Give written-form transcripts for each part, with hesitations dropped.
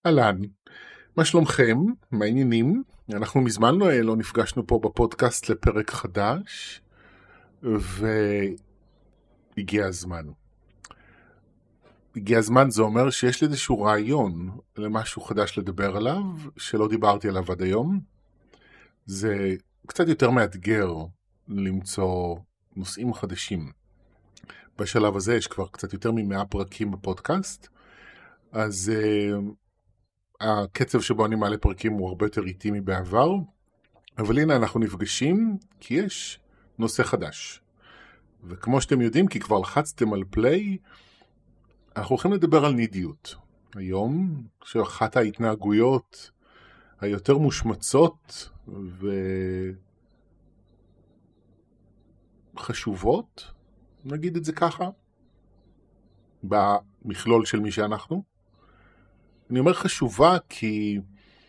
אהלן, מה שלומכם? מה העניינים? אנחנו מזמן לא נפגשנו פה בפודקאסט לפרק חדש, והגיע הזמן. הגיע הזמן זה אומר שיש לי איזשהו רעיון למשהו חדש לדבר עליו, שלא דיברתי עליו עד היום. זה קצת יותר מאתגר למצוא נושאים חדשים. בשלב הזה יש כבר קצת יותר מ100 פרקים בפודקאסט, אז הקצב שבו אני מעלה פרקים הוא הרבה יותר איטי מבעבר, אבל הנה אנחנו נפגשים כי יש נושא חדש. וכמו שאתם יודעים, כי כבר לחצתם על פליי, אנחנו הולכים לדבר על נידיות. היום, שאחת ההתנהגויות היותר מושמצות וחשובות, נגיד את זה ככה, במכלול של מי שאנחנו. אני אומר חשובה כי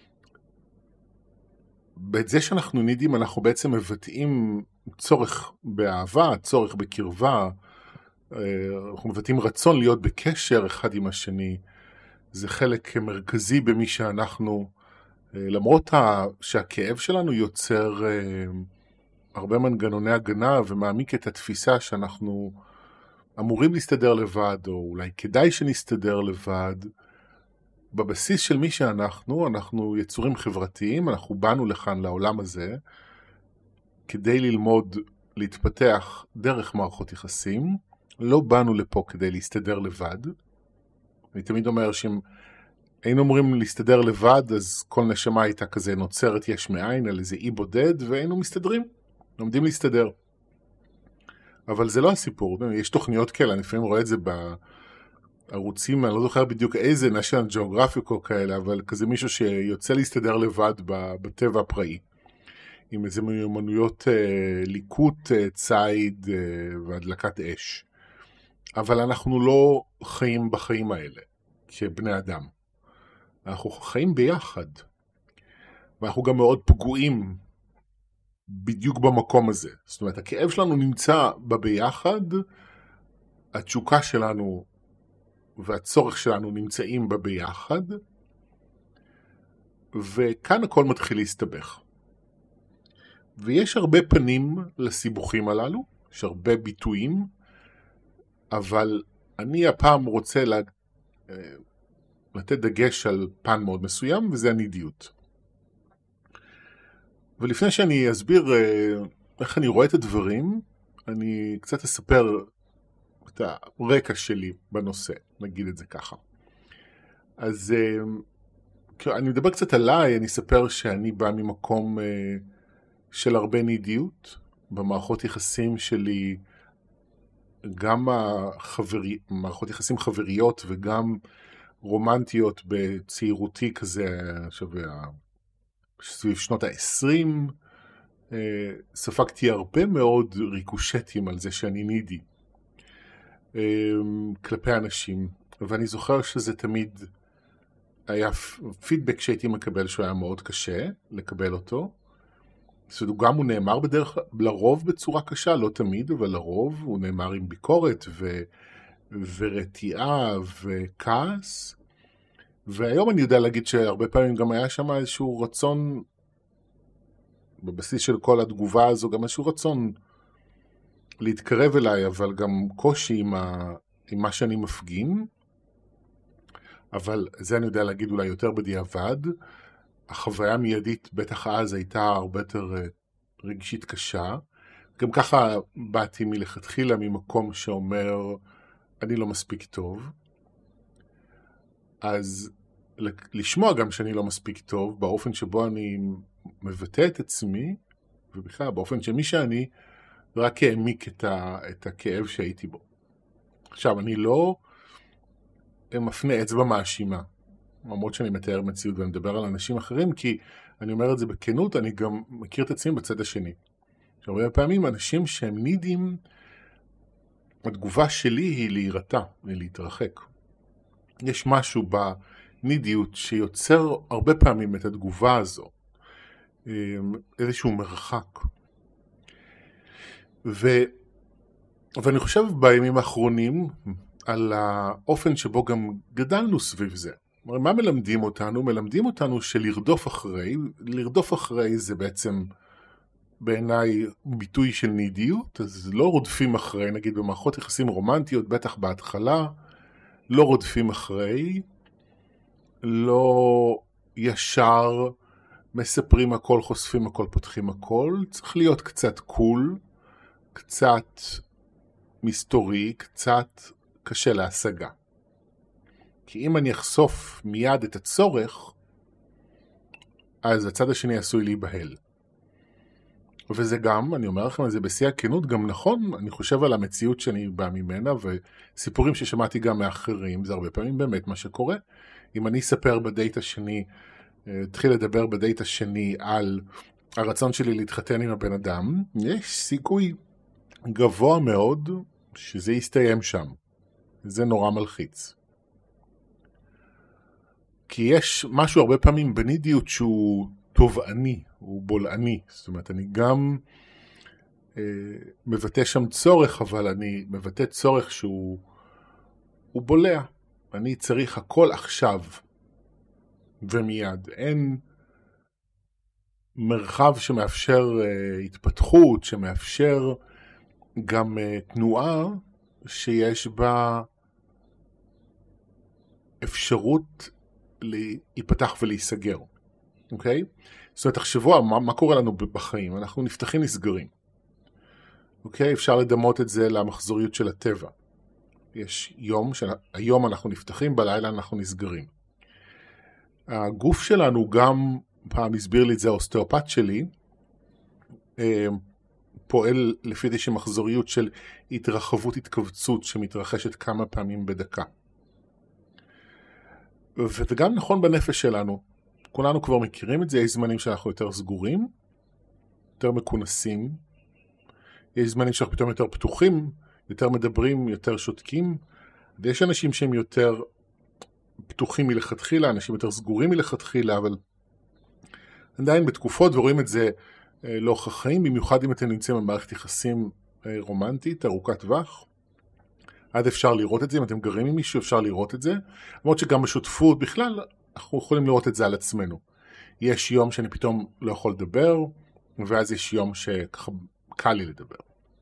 בעת זה שאנחנו נידים אנחנו בעצם מבטאים צורך באהבה, צורך בקרבה, אנחנו מבטאים רצון להיות בקשר אחד עם השני. זה חלק מרכזי במי שאנחנו, למרות שהכאב שלנו יוצר הרבה מנגנוני הגנה ומעמיק את התפיסה שאנחנו אמורים להסתדר לבד, או אולי כדאי שנסתדר לבד. בבסיס של מי אנחנו יצורים חברתיים, אנחנו באנו לכאן לעולם הזה כדי ללמוד להתפתח דרך מערכות יחסים, לא באנו לפה כדי להסתדר לבד. אני תמיד אומר שאם היינו אמורים להסתדר לבד, אז כל נשמה הייתה כזה נוצרת יש מאין על איזה אי בודד, והיינו מסתדרים, לומדים להסתדר. אבל זה לא הסיפור, יש תוכניות כאלה, אני לפעמים רואה את זה ערוצים, אני לא זוכר בדיוק איזה national geographic או כאלה, אבל כזה מישהו שיוצא להסתדר לבד בטבע הפראי, עם איזה מיומנויות ליקוט, ציד והדלקת אש. אבל אנחנו לא חיים בחיים האלה, כבני אדם. אנחנו חיים ביחד, ואנחנו גם מאוד פגועים בדיוק במקום הזה. זאת אומרת, הכאב שלנו נמצא בביחד, התשוקה שלנו והצורך שלנו נמצאים בה ביחד, וכאן הכל מתחיל להסתבך. ויש הרבה פנים לסיבוכים הללו, יש הרבה ביטויים, אבל אני הפעם רוצה לתת דגש על פן מאוד מסוים, וזה הנידיות. ולפני שאני אסביר איך אני רואה את הדברים, אני קצת אספר את הרקע שלי בנושא, נגיד את זה ככה. אז אני מדבר קצת עליי, אני אספר שאני בא ממקום של הרבה נידיות, במערכות יחסים שלי, גם מערכות יחסים חבריות וגם רומנטיות בצעירותי כזה, סביב שנות ה-20, ספגתי הרבה מאוד ריקושטים על זה שאני נידי. כלפי אנשים, ואני זוכר שזה תמיד היה פידבק שהייתי מקבל שהוא היה מאוד קשה לקבל אותו. זאת אומרת, גם הוא נאמר לרוב בצורה קשה, לא תמיד, אבל לרוב הוא נאמר עם ביקורת ורתיעה וכעס. והיום אני יודע להגיד שהרבה פעמים גם היה שם איזשהו רצון, בבסיס של כל התגובה הזו, גם איזשהו רצון להתקרב אליי, אבל גם קושי עם מה שאני מפגין. אבל זה אני יודע להגיד אולי יותר בדיעבד. החוויה מיידית בטח אז הייתה הרבה יותר רגשית קשה. גם ככה באתי מלכתחילה ממקום שאומר אני לא מספיק טוב. אז לשמוע גם שאני לא מספיק טוב באופן שבו אני מבטא את עצמי, ובכלל באופן שמי שאני רק העמיק את הכאב שהייתי בו. עכשיו, אני לא מפנה אצבע מאשימה, למרות שאני מתאר מציאות ואני מדבר על אנשים אחרים, כי אני אומר את זה בכנות, אני גם מכיר את עצמי בצד השני. עכשיו, הרבה פעמים אנשים שהם נידים, התגובה שלי היא להירתע, להתרחק. יש משהו בנידיות שיוצר הרבה פעמים את התגובה הזו, איזשהו מרחק. ואני חושב בימים האחרונים על האופן שבו גם גדלנו סביב זה. מה מלמדים אותנו? מלמדים אותנו שלרדוף אחרי זה בעצם בעיניי ביטוי של נידיות, אז לא רודפים אחרי, נגיד במערכות יחסים רומנטיות, בטח בהתחלה, לא רודפים אחרי, לא ישר מספרים הכל, חושפים הכל, פותחים הכל, צריך להיות קצת קול, קצת מסתורי, קצת קשה להשגה. כי אם אני אחשוף מיד את הצורך, אז הצד השני עשוי להיבהל. וזה גם, אני אומר לכם, זה בשיא הכנות, גם נכון, אני חושב על המציאות שאני בא ממנה, וסיפורים ששמעתי גם מאחרים, זה הרבה פעמים באמת מה שקורה. אם אני אספר בדייט השני, התחיל לדבר בדייט השני על הרצון שלי להתחתן עם הבן אדם, יש סיכוי גבוה מאוד שזה יסתיים שם. זה נורא מלחיץ. כי יש משהו הרבה פעמים בנידיות שהוא תובעני, הוא בולעני. זאת אומרת, אני גם מבטא שם צורך, אבל אני מבטא צורך שהוא בולע. אני צריך הכל עכשיו ומיד. אין מרחב שמאפשר התפתחות, שמאפשר גם תנועה שיש בה אפשרות להיפתח ולהיסגר. אוקיי? זאת אומרת, תחשבו מה קורה לנו בחיים. אנחנו נפתחים נסגרים. אוקיי? אפשר לדמות את זה למחזוריות של הטבע. יש יום, היום אנחנו נפתחים, בלילה אנחנו נסגרים. הגוף שלנו גם, פעם הסביר לי את זה האוסטאופט שלי, פועל לפי איזושהי מחזוריות של התרחבות, התכווצות שמתרחשת כמה פעמים בדקה. וזה גם נכון בנפש שלנו. כולנו כבר מכירים את זה, יש זמנים שאנחנו יותר סגורים, יותר מכונסים, יש זמנים שאנחנו פתאום יותר פתוחים, יותר מדברים, יותר שותקים, ויש אנשים שהם יותר פתוחים מלכתחילה, אנשים יותר סגורים מלכתחילה, אבל עדיין בתקופות, ורואים את זה לאורך החיים, במיוחד אם אתם נמצאים במערכת יחסים רומנטית, ארוכת טווח, עד אפשר לראות את זה, אם אתם גרים עם מישהו אפשר לראות את זה, למרות שגם בשותפות בכלל, אנחנו יכולים לראות את זה על עצמנו. יש יום שאני פתאום לא יכול לדבר, ואז יש יום שככה קל לי לדבר.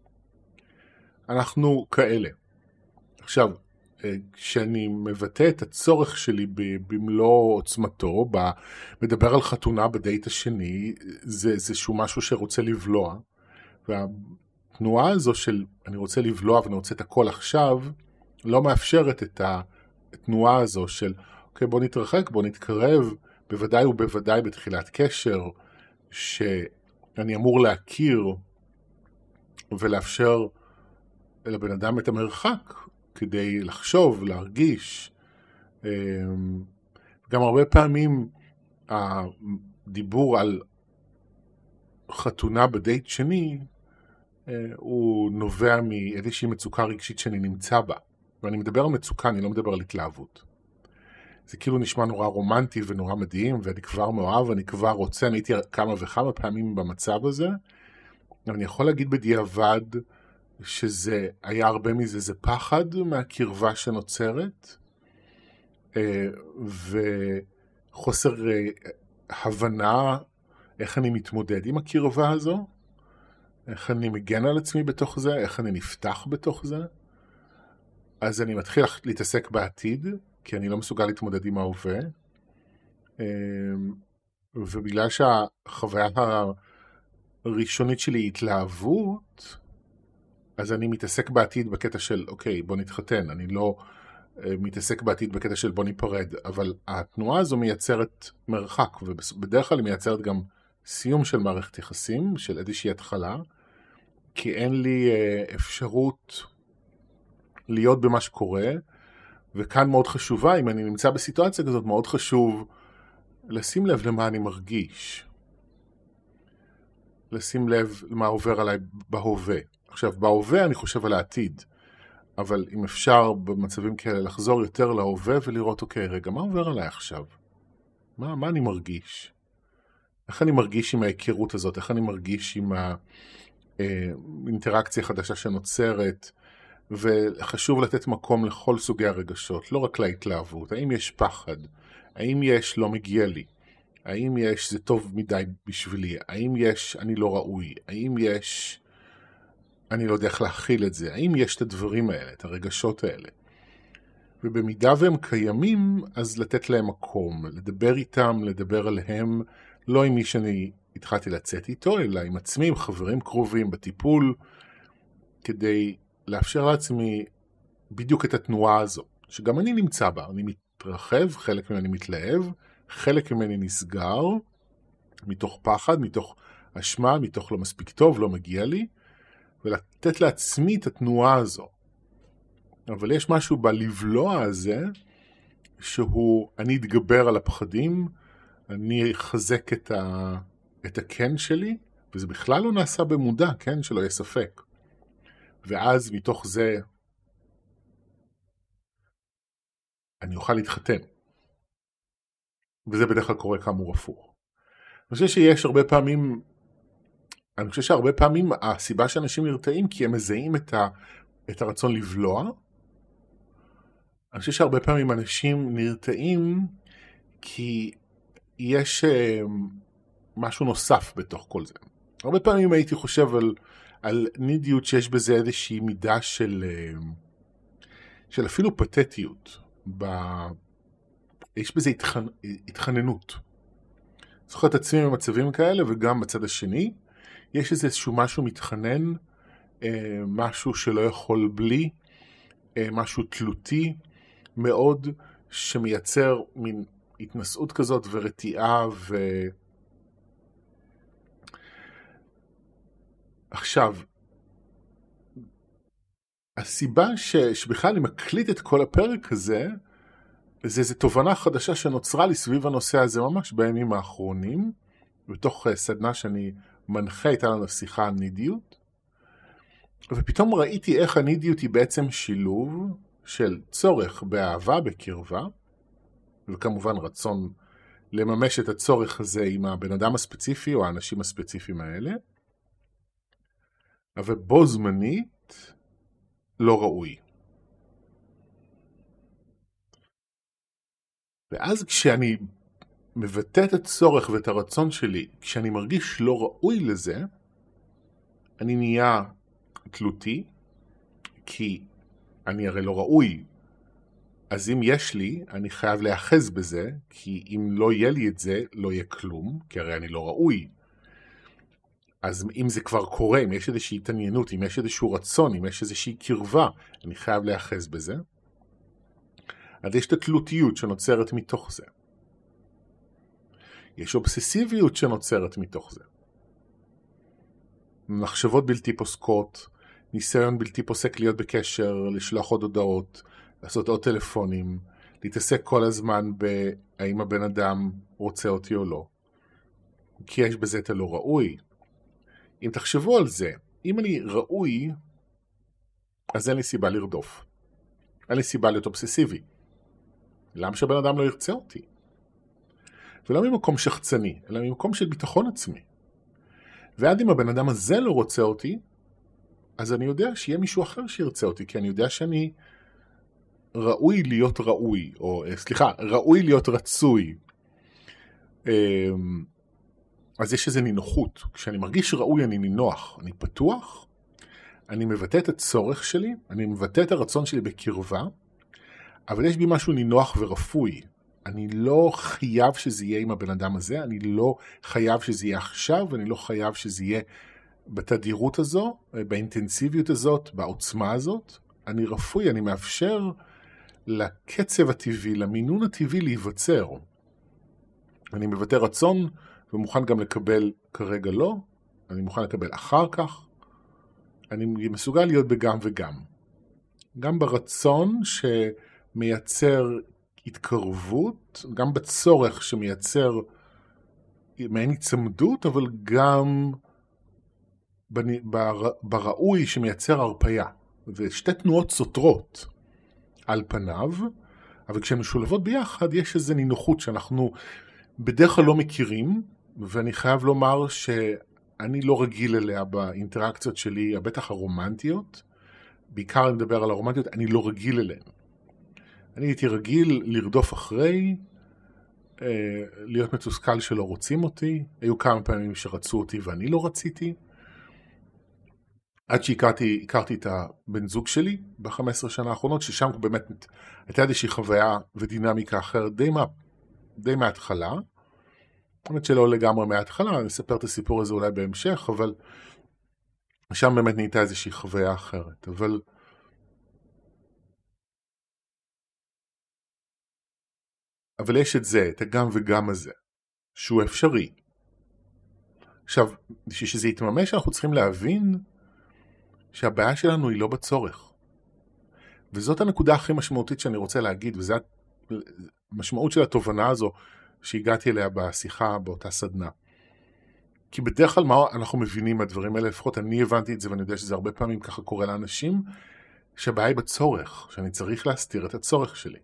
אנחנו כאלה. עכשיו, כשאני מבטא את הצורך שלי במלוא עוצמתו, מדבר על חתונה בדייט השני, זה איזשהו משהו שרוצה לבלוע, והתנועה הזו של אני רוצה לבלוע ואני רוצה את הכל עכשיו, לא מאפשרת את התנועה הזו של אוקיי, בוא נתרחק, בוא נתקרב, בוודאי ובוודאי בתחילת קשר, שאני אמור להכיר ולאפשר לבן אדם את המרחק, כדי לחשוב, להרגיש. גם הרבה פעמים הדיבור על חתונה בדייט שני, הוא נובע מאיזושהי מצוקה רגשית שאני נמצא בה. ואני מדבר על מצוקה, אני לא מדבר על התלהבות. זה כאילו נשמע נורא רומנטי ונורא מדהים, ואני כבר מאוהב, ואני כבר רוצה, אני הייתי כמה וכמה פעמים במצב הזה, אני יכול להגיד בדיעבד, שזה היה הרבה מזה, זה פחד מהקרבה שנוצרת, וחוסר הבנה איך אני מתמודד עם הקרבה הזו, איך אני מגן על עצמי בתוך זה, איך אני נפתח בתוך זה. אז אני מתחיל להתעסק בעתיד, כי אני לא מסוגל להתמודד עם ההווה, ובגלל שהחוויה הראשונית שלי היא התלהבות, אז אני מתעסק בעתיד בקטע של, אוקיי, בוא נתחתן, אני לא מתעסק בעתיד בקטע של בוא ניפרד, אבל התנועה הזו מייצרת מרחק, ובדרך כלל היא מייצרת גם סיום של מערכת יחסים, של איזושהי התחלה, כי אין לי אפשרות להיות במה שקורה, וכאן מאוד חשובה, אם אני נמצא בסיטואציה כזאת, מאוד חשוב לשים לב למה אני מרגיש. לשים לב למה עובר עליי בהווה. עכשיו, בהווה אני חושב על העתיד, אבל אם אפשר במצבים כאלה לחזור יותר להווה ולראות, אוקיי, רגע, מה עובר עליי עכשיו? מה אני מרגיש? איך אני מרגיש עם ההיכרות הזאת? איך אני מרגיש עם האינטראקציה החדשה שנוצרת? וחשוב לתת מקום לכל סוגי הרגשות, לא רק להתלהבות. האם יש פחד? האם יש לא מגיע לי? האם יש זה טוב מדי בשבילי? האם יש אני לא ראוי? האם יש אני לא יודע איך להכיל את זה? האם יש את הדברים האלה, את הרגשות האלה? ובמידה והם קיימים, אז לתת להם מקום, לדבר איתם, לדבר עליהם, לא עם מי שאני התחלתי לצאת איתו, אלא עם עצמי, עם חברים קרובים, בטיפול, כדי לאפשר לעצמי בדיוק את התנועה הזו, שגם אני נמצא בה, אני מתרחב, חלק ממני מתלהב, חלק ממני נסגר, מתוך פחד, מתוך אשמה, מתוך לא מספיק טוב, לא מגיע לי, ולתת לעצמי את התנועה הזו. אבל יש משהו בלבלוע הזה, שהוא, אני אתגבר על הפחדים, אני אחזק את הכן שלי, וזה בכלל לא נעשה במודע, כן? שלא יהיה ספק. ואז מתוך זה, אני אוכל להתחתן. וזה בדרך כלל קורה כאמור הפוך. אני חושב שהרבה פעמים הסיבה שאנשים נרתעים, כי הם מזהים את הרצון לבלוע. אני חושב שהרבה פעמים אנשים נרתעים, כי יש משהו נוסף בתוך כל זה. הרבה פעמים הייתי חושב על נידיות שיש בזה איזושהי מידה של אפילו פתטיות. יש בזה התחננות. זוכר את עצמי במצבים כאלה, וגם בצד השני, יש איזשהו משהו מתחנן, משהו שלא יכול בלי, משהו תלותי מאוד, שמייצר מין התנסות כזאת ורתיעה עכשיו, הסיבה שבכלל אני מקליט את כל הפרק הזה, זה תובנה חדשה שנוצרה לי סביב הנושא הזה ממש בימים האחרונים, בתוך סדנה שאני מנחה, הייתה לנו שיחה על נידיות, ופתאום ראיתי איך הנידיות היא בעצם שילוב של צורך באהבה, בקרבה, וכמובן רצון לממש את הצורך הזה עם הבן אדם הספציפי או האנשים הספציפיים האלה, אבל בו זמנית לא ראוי. ואז כשאני מבטא את הצורך ואת הרצון שלי, כשאני מרגיש לא ראוי לזה, אני נהיה תלותי, כי אני הרי לא ראוי. אז אם יש לי, אני חייב להאחז בזה, כי אם לא יהיה לי את זה, לא יהיה כלום, כי הרי אני לא ראוי. אז אם זה כבר קורה, אם יש איזושהי התעניינות, אם יש איזשהו רצון, אם יש איזושהי קרבה, אני חייב להאחז בזה. אז יש את התלותיות שנוצרת מתוך זה. יש אובססיביות שנוצרת מתוך זה. מחשבות בלתי פוסקות, ניסיון בלתי פוסק להיות בקשר, לשלוח עוד הודעות, לעשות עוד טלפונים, להתעסק כל הזמן בהאם הבן אדם רוצה אותי או לא. כי יש בזה את הלא ראוי. אם תחשבו על זה, אם אני ראוי, אז אין לי סיבה לרדוף. אין לי סיבה להיות אובססיבי. למה שהבן אדם לא ירצה אותי? ולא ממקום שחצני, אלא ממקום של ביטחון עצמי. ועד אם הבן אדם הזה לא רוצה אותי, אז אני יודע שיהיה מישהו אחר שירצה אותי, כי אני יודע שאני ראוי להיות ראוי, או ראוי להיות רצוי. אז יש איזו נינוחות. כשאני מרגיש ראוי אני נינוח, אני פתוח, אני מבטא את הצורך שלי, אני מבטא את הרצון שלי בקרבה, אבל יש בי משהו נינוח ורפוי. אני לא חייב שזה יהיה עם הבן אדם הזה, אני לא חייב שזה יהיה עכשיו, אני לא חייב שזה יהיה בתדירות הזו, באינטנסיביות הזאת, בעוצמה הזאת. אני רפוי, אני מאפשר לקצב הטבעי, למינון הטבעי להיווצר. אני מבטא רצון ומוכן גם לקבל כרגע לא, אני מוכן לקבל אחר כך. אני מסוגל להיות בגם וגם. גם ברצון שמייצר התקרבות, גם בצורך שמייצר מעין הצמדות, אבל גם בראוי שמייצר הרפיה. ושתי תנועות סותרות על פניו, אבל כשהן משולבות ביחד יש איזו נינוחות שאנחנו בדרך כלל לא מכירים, ואני חייב לומר שאני לא רגיל אליה באינטראקציות שלי, בטח הרומנטיות, בעיקר אני מדבר על הרומנטיות, אני לא רגיל אליהן. אני הייתי רגיל לרדוף אחרי, להיות מתוסכל שלא רוצים אותי, היו כמה פעמים שרצו אותי ואני לא רציתי, עד שהכרתי את הבן זוג שלי ב-15 שנה האחרונות, ששם באמת הייתה איזושהי חוויה ודינמיקה אחרת די מההתחלה, באמת שלא לגמרי מההתחלה, אני אספר את הסיפור הזה אולי בהמשך, אבל שם באמת נהייתה איזושהי חוויה אחרת, אבל יש את זה, את הגם וגם הזה, שהוא אפשרי. עכשיו, בשביל שזה יתממש, אנחנו צריכים להבין שהבעיה שלנו היא לא בצורך. וזאת הנקודה הכי משמעותית שאני רוצה להגיד, וזו המשמעות של התובנה הזו שהגעתי אליה בשיחה באותה סדנה. כי בדרך כלל מה אנחנו מבינים מהדברים האלה, לפחות אני הבנתי את זה ואני יודע שזה הרבה פעמים ככה קורה לאנשים, שהבעיה היא בצורך, שאני צריך להסתיר את הצורך שלי.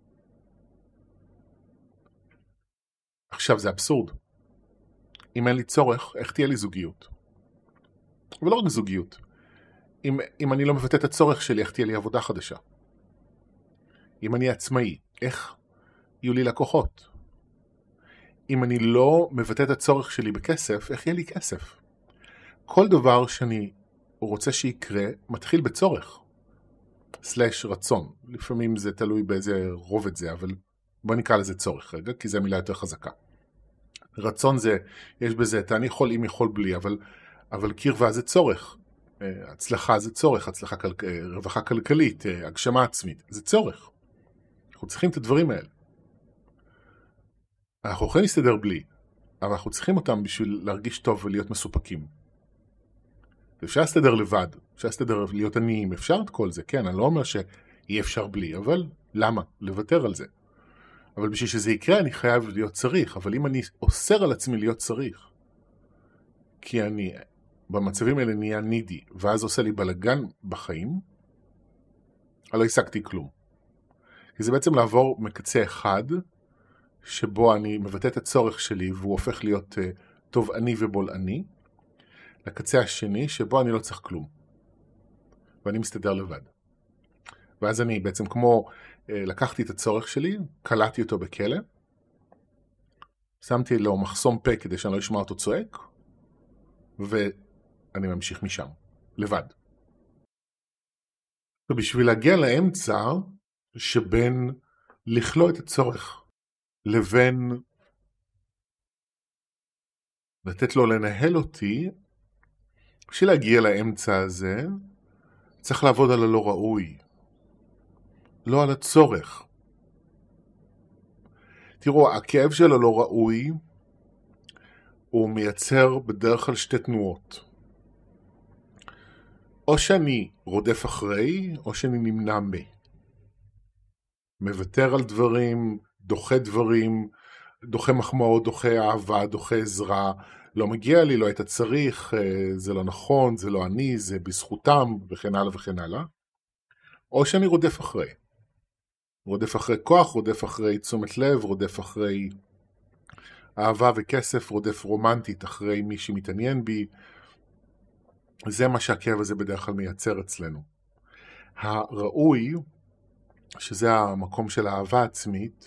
עכשיו זה אבסורד. אם אין לי צורך, איך תהיה לי זוגיות? ולא רק זוגיות. אם אני לא מבטא את הצורך שלי, איך תהיה לי עבודה חדשה? אם אני עצמאי, איך יהיו לי לקוחות? אם אני לא מבטא את הצורך שלי בכסף, איך יהיה לי כסף? כל דבר שאני רוצה שיקרה, מתחיל בצורך. / רצון. לפעמים זה תלוי באיזה רובד זה, אבל בוא נקרא לזה צורך רגע, כי זו מילה יותר חזקה. רצון זה, יש בזה, אני יכול אם יכול בלי, אבל קרבה זה צורך. הצלחה זה צורך, רווחה כלכלית, הגשמה עצמית, זה צורך. אנחנו צריכים את הדברים האלה. אנחנו יכולים להסתדר בלי, אבל אנחנו צריכים אותם בשביל להרגיש טוב ולהיות מסופקים. אפשר להסתדר לבד, אפשר להסתדר להיות עניים, אפשר את כל זה, כן, אני לא אומר שאי אפשר בלי, אבל למה? לוותר על זה. אבל בשביל שזה יקרה אני חייב להיות צריך, אבל אם אני אוסר על עצמי להיות צריך, כי אני במצבים האלה נהיה נידי, ואז עושה לי בלגן בחיים, אני לא השגתי כלום. כי זה בעצם לעבור מקצה אחד, שבו אני מבטא את הצורך שלי, והוא הופך להיות תובעני ובולעני, לקצה השני, שבו אני לא צריך כלום. ואני מסתדר לבד. ואז אני בעצם כמו לקחתי את הצורך שלי, קלעתי אותו בכלא, שמתי לו מחסום פה כדי שאני לא אשמע אותו צועק, ואני ממשיך משם, לבד. ובשביל להגיע לאמצע, שבין לכלוא את הצורך, לבין לתת לו לנהל אותי, בשביל להגיע לאמצע הזה, צריך לעבוד על הלא ראוי, לא על הצורך. תראו, הכאב של הלא ראוי, הוא מייצר בדרך כלל שתי תנועות. או שאני רודף אחרי, או שאני נמנע מי. מוותר על דברים, דוחה מחמאות, דוחה אהבה, דוחה עזרה, לא מגיע לי, לא היית צריך, זה לא נכון, זה לא אני, זה בזכותם, וכן הלאה וכן הלאה. או שאני רודף אחרי. רודף אחרי כוח, רודף אחרי תשומת לב, רודף אחרי אהבה וכסף, רודף רומנטית אחרי מי שמתעניין בי. זה מה שהכאב הזה בדרך כלל מייצר אצלנו. הראוי, שזה המקום של האהבה עצמית,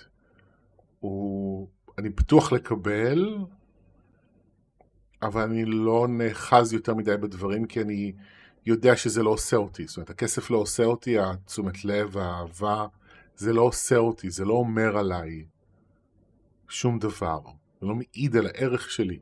אני פתוח לקבל, אבל אני לא נחז יותר מדי בדברים, כי אני יודע שזה לא עושה אותי. זאת אומרת, הכסף לא עושה אותי, התשומת לב, האהבה, זה לא עושה אותי, זה לא אומר עליי שום דבר. זה לא מעיד על הערך שלי.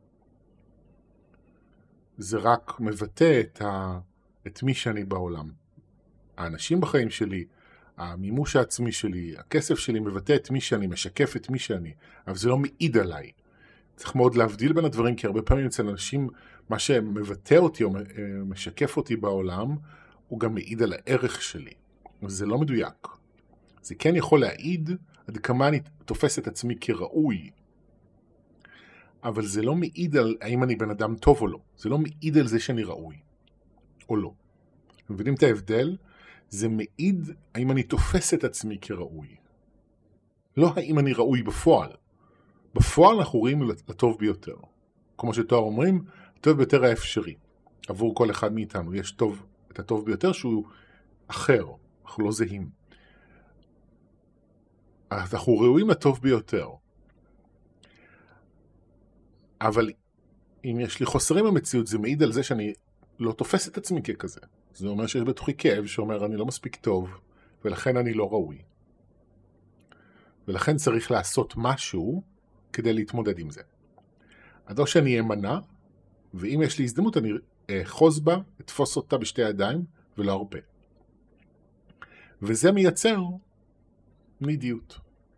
זה רק מבטא את מי שאני בעולם. האנשים בחיים שלי, המימוש העצמי שלי, הכסף שלי מבטא את מי שאני, משקף את מי שאני, אבל זה לא מעיד עליי. צריך מאוד להבדיל בין הדברים, כי הרבה פעמים אצל אנשים, מה שמבטא אותי או משקף אותי בעולם, הוא גם מעיד על הערך שלי. וזה לא מדויק. זה כן יכול להעיד עד כמה אני תופס את עצמי כראוי. אבל זה לא מעיד על האם אני בן אדם טוב או לא. זה לא מעיד על זה שאני ראוי. או לא. מבינים את ההבדל? זה מעיד האם אני תופס את עצמי כראוי. לא האם אני ראוי בפועל. בפועל אנחנו רואים לטוב ביותר. כמו שתואר אומרים, הטוב ביותר האפשרי. עבור כל אחד מאיתנו יש את הטוב ביותר שהוא אחר, אנחנו לא זהים. אנחנו ראויים לטוב ביותר. אבל אם יש לי חוסרים במציאות, זה מעיד על זה שאני לא תופס את עצמי ככזה. זה אומר שיש בתוכי כאב שאומר אני לא מספיק טוב, ולכן אני לא ראוי. ולכן צריך לעשות משהו כדי להתמודד עם זה. אז או שאני אמנע, ואם יש לי הזדמנות אני אחוז בה, אתפוס אותה בשתי ידיים ולא הרבה. וזה מייצר נידיות.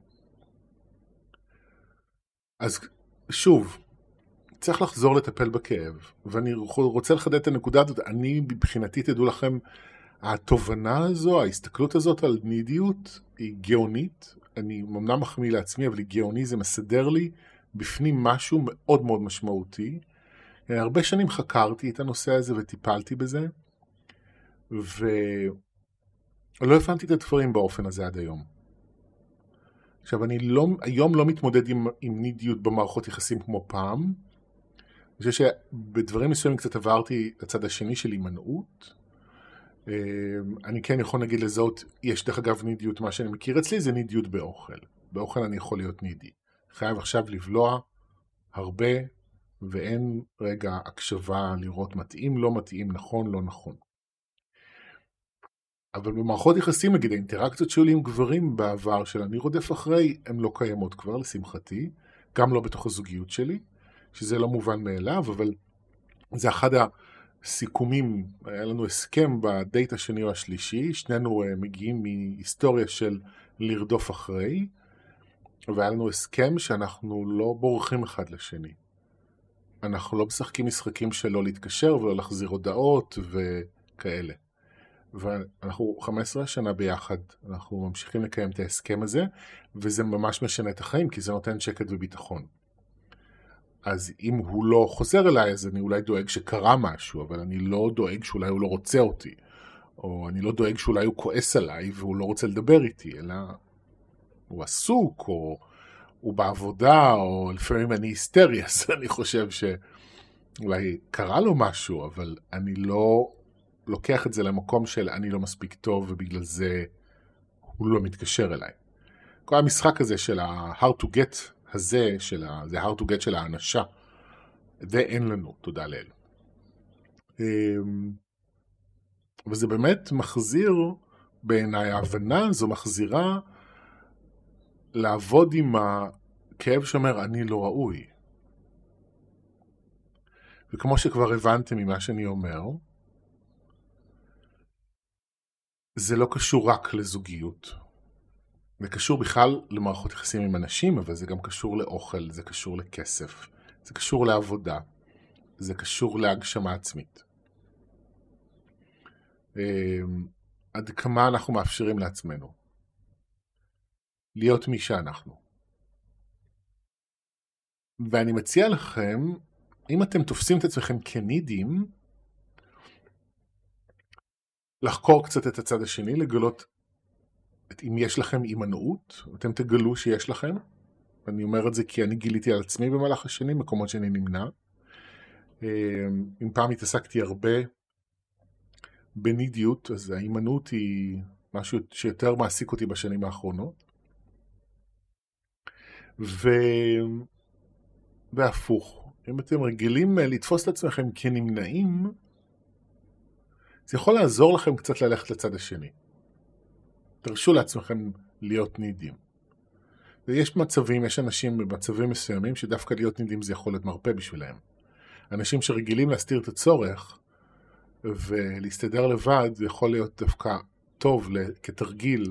אז שוב, צריך לחזור לטפל בכאב, ואני רוצה לחדד את הנקודה הזאת. אני מבחינתי, תדעו לכם, התובנה הזו, ההסתכלות הזאת על נידיות היא גאונית. אני ממנע מחמיא לעצמי, אבל היא גאוני, זה מסדר לי בפנים משהו מאוד מאוד משמעותי. הרבה שנים חקרתי את הנושא הזה וטיפלתי בזה, ולא הבנתי את הדברים באופן הזה עד היום. עכשיו, אני היום לא מתמודד עם נידיות במערכות יחסים כמו פעם. אני חושב שבדברים מסוימים קצת עברתי לצד השני של הימנעות. אני כן יכול להגיד לזאת, יש דרך אגב נידיות, מה שאני מכיר אצלי זה נידיות באוכל. באוכל אני יכול להיות נידי. חייב עכשיו לבלוע הרבה, ואין רגע הקשבה לראות מתאים, לא מתאים, נכון, לא נכון. אבל במערכות יחסים, נגיד, האינטראקציות שלי עם גברים בעבר של אני רודף אחרי, הן לא קיימות כבר, לשמחתי, גם לא בתוך הזוגיות שלי, שזה לא מובן מאליו, אבל זה אחד הסיכומים, היה לנו הסכם בדייט השני או השלישי, שנינו מגיעים מהיסטוריה של לרדוף אחרי, והיה לנו הסכם שאנחנו לא בורחים אחד לשני. אנחנו לא משחקים משחקים של לא להתקשר ולא להחזיר הודעות וכאלה. ואנחנו 15 שנה ביחד, אנחנו ממשיכים לקיים את ההסכם הזה, וזה ממש משנה את החיים, כי זה נותן שקט וביטחון. אז אם הוא לא חוזר אליי, אז אני אולי דואג שקרה משהו, אבל אני לא דואג שאולי הוא לא רוצה אותי, או אני לא דואג שאולי הוא כועס עליי והוא לא רוצה לדבר איתי, אלא הוא עסוק, או הוא בעבודה, או לפעמים אני היסטרי, אז אני חושב שאולי קרה לו משהו, אבל אני לא לוקח את זה למקום של אני לא מספיק טוב, ובגלל זה הוא לא מתקשר אליי. כל המשחק הזה של ה-how to get הזה, זה how to get של האנשה, זה אין לנו, תודה לאל. וזה באמת מחזיר, בעיניי ההבנה הזו מחזירה לעבוד עם הכאב שאומר אני לא ראוי. וכמו שכבר הבנתם ממה שאני אומר, זה לא קשור רק לזוגיות. זה קשור בכלל למערכות יחסים עם אנשים, אבל זה גם קשור לאוכל, זה קשור לכסף, זה קשור לעבודה, זה קשור להגשמה עצמית. עד כמה אנחנו מאפשרים לעצמנו להיות מי שאנחנו. ואני מציע לכם, אם אתם תופסים את עצמכם כנידים, לחקור קצת את הצד השני, לגלות אם יש לכם הימנעות, אתם תגלו שיש לכם. אני אומר את זה כי אני גיליתי על עצמי במהלך השנים, מקומות שאני נמנע. אם פעם התעסקתי הרבה בנידיות, אז ההימנעות היא משהו שיותר מעסיק אותי בשנים האחרונות. והפוך, אם אתם רגילים לתפוס את עצמכם כנמנעים, זה יכול לעזור לכם קצת ללכת לצד השני. תרשו לעצמכם להיות נידים. ויש מצבים, יש אנשים במצבים מסוימים שדווקא להיות נידים זה יכול להיות מרפא בשבילהם. אנשים שרגילים להסתיר את הצורך ולהסתדר לבד, זה יכול להיות דווקא טוב כתרגיל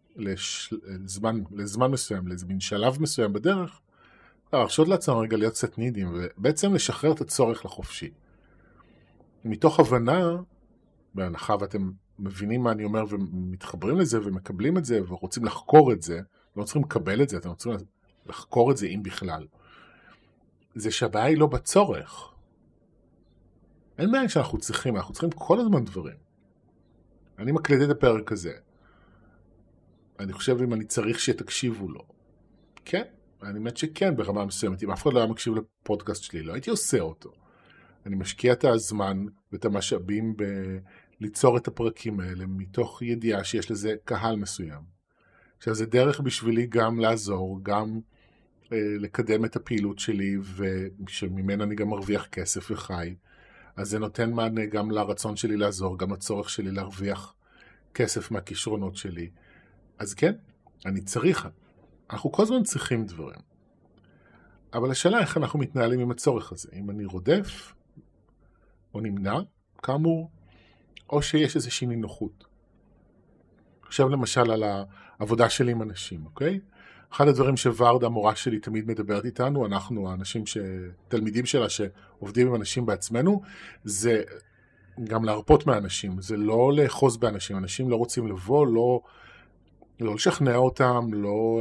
לזמן מסוים, למין שלב מסוים בדרך, להרשות לעצמם רגע להיות קצת נידים, ובעצם לשחרר את הצורך לחופשי. מתוך הבנה, בהנחה ואתם מבינים מה אני אומר ומתחברים לזה ומקבלים את זה ורוצים לחקור את זה, לא צריכים לקבל את זה, אתם רוצים לחקור את זה אם בכלל. זה שהבעיה היא לא בצורך. אין בעיה שאנחנו צריכים, אנחנו צריכים כל הזמן דברים. אני מקליט את הפרק הזה. אני חושב אם אני צריך שתקשיבו לו. כן, אני באמת שכן ברמה מסוימת. אם אף אחד לא היה מקשיב לפודקאסט שלי, לא הייתי עושה אותו. אני משקיע את הזמן ואת המשאבים ליצור את הפרקים האלה מתוך ידיעה שיש לזה קהל מסוים. עכשיו זה דרך בשבילי גם לעזור, גם לקדם את הפעילות שלי, ושממנה אני גם מרוויח כסף וחי. אז זה נותן מענה גם לרצון שלי לעזור, גם לצורך שלי להרוויח כסף מהכישרונות שלי. אז כן, אני צריך. אנחנו כל הזמן צריכים דברים. אבל השאלה איך אנחנו מתנהלים עם הצורך הזה. אם אני רודף, או נמנע, כאמור, או שיש איזושהי נינוחות. עכשיו למשל על העבודה שלי עם אנשים, אוקיי? אחד הדברים שוורדה, המורה שלי, תמיד מדברת איתנו, אנחנו, האנשים תלמידים שלה שעובדים עם אנשים בעצמנו, זה גם להרפות מהאנשים, זה לא לאחוז באנשים, אנשים לא רוצים לבוא, לא לשכנע אותם, לא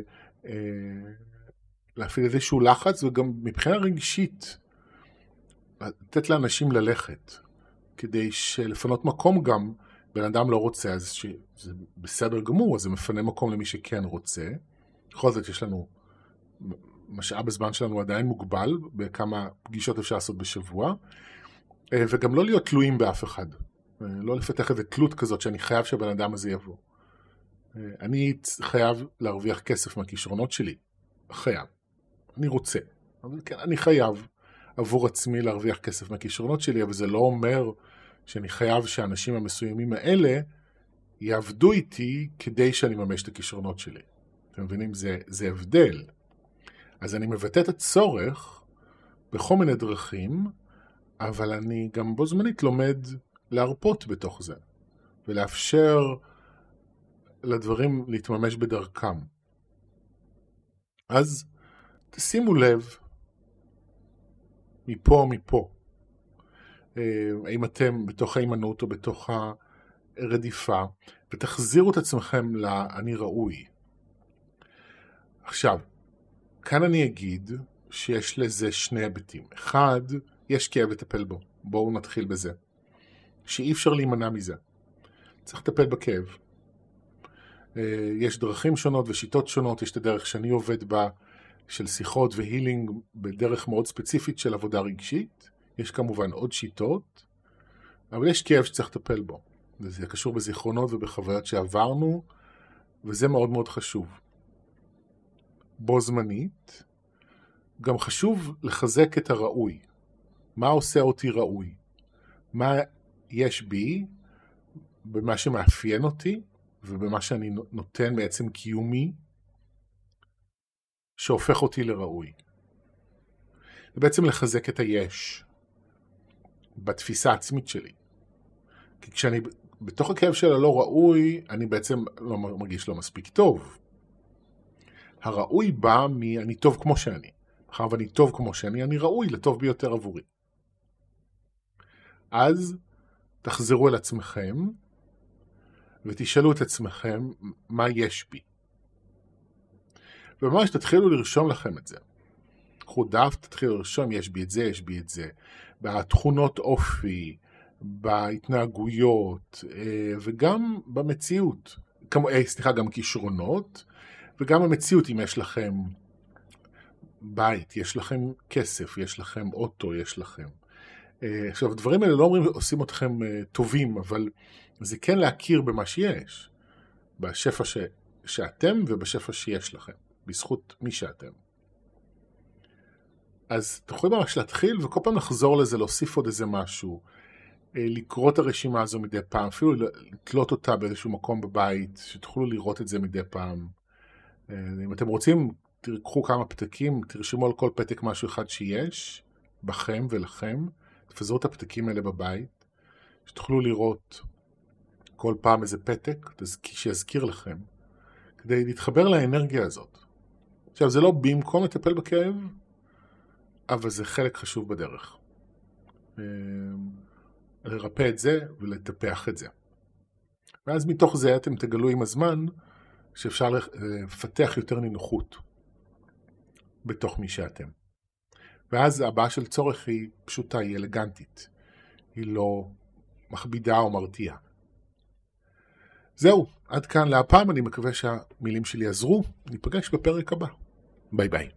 להפעיל איזשהו לחץ, וגם מבחינה רגשית, לתת לאנשים ללכת, כדי שלפנות מקום גם, בן אדם לא רוצה, אז זה בסדר גמור, אז זה מפנה מקום למי שכן רוצה. בכל זאת יש לנו, משאב הזמן שלנו עדיין מוגבל, בכמה פגישות אפשר לעשות בשבוע, וגם לא להיות תלויים באף אחד. לא לפתח איזה תלות כזאת שאני חייב שהבן אדם הזה יבוא. אני חייב להרוויח כסף מהכישרונות שלי. חייב. אני רוצה. אבל כן, אני חייב עבור עצמי להרוויח כסף מהכישרונות שלי, אבל זה לא אומר שאני חייב שהאנשים המסוימים האלה יעבדו איתי כדי שאני ממש את הכישרונות שלי. אתם מבינים? זה הבדל. אז אני מבטא את הצורך בכל מיני דרכים, אבל אני גם בו זמנית לומד להרפות בתוך זה, ולאפשר לדברים להתממש בדרכם. אז תשימו לב, מפה, האם אתם בתוך האימנות או בתוך הרדיפה, ותחזירו את עצמכם לאני ראוי. עכשיו, כאן אני אגיד שיש לזה שני היבטים. אחד, יש כאב לטפל בו. בואו נתחיל בזה. שאי אפשר להימנע מזה. צריך לטפל בכאב. יש דרכים שונות ושיטות שונות. יש את הדרך שאני עובד בה, של שיחות והילינג, בדרך מאוד ספציפית של עבודה רגשית. יש כמובן עוד שיטות, אבל יש כאב שצריך לטפל בו. וזה קשור בזיכרונות ובחוויות שעברנו, וזה מאוד מאוד חשוב. בו זמנית, גם חשוב לחזק את הראוי. מה עושה אותי ראוי? מה יש בי, במה שמאפיין אותי, ובמה שאני נותן בעצם קיומי, שהופך אותי לראוי. ובעצם לחזק את היש, בתפיסה העצמית שלי. כי כשאני בתוך הכאב של הלא ראוי, אני בעצם לא מרגיש לא מספיק טוב. הראוי בא אני טוב כמו שאני. מאחר ואני טוב כמו שאני, אני ראוי לטוב ביותר עבורי. אז תחזרו אל עצמכם, ותשאלו את עצמכם מה יש בי. וממש תתחילו לרשום לכם את זה. קחו דף, תתחילו לרשום, יש בי את זה, יש בי את זה. בתכונות אופי, בהתנהגויות, וגם במציאות. גם כישרונות, וגם המציאות, אם יש לכם בית, יש לכם כסף, יש לכם אוטו, יש לכם. עכשיו, הדברים האלה לא עושים אתכם טובים, אבל זה כן להכיר במה שיש. בשפע שאתם ובשפע שיש לכם. בזכות מי שאתם. אז אתם יכולים ממש להתחיל, וכל פעם לחזור לזה, להוסיף עוד איזה משהו. לקרוא את הרשימה הזו מדי פעם, אפילו לתלות אותה באיזשהו מקום בבית, שתוכלו לראות את זה מדי פעם. אם אתם רוצים, תרקחו כמה פתקים, תרשמו על כל פתק משהו אחד שיש, בכם ולכם, תפזרו את הפתקים האלה בבית, שתוכלו לראות כל פעם איזה פתק, שיזכיר לכם, כדי להתחבר לאנרגיה הזאת. עכשיו, זה לא במקום לטפל בכאב, אבל זה חלק חשוב בדרך. לרפא את זה ולטפח את זה. ואז מתוך זה אתם תגלו עם הזמן שאפשר לפתח יותר נינוחות בתוך מי שאתם. ואז הבאה של צורך היא פשוטה, היא אלגנטית. היא לא מכבידה או מרתיעה. זהו, עד כאן להפעם, אני מקווה שהמילים שלי עזרו. ניפגש בפרק הבא. ביי ביי.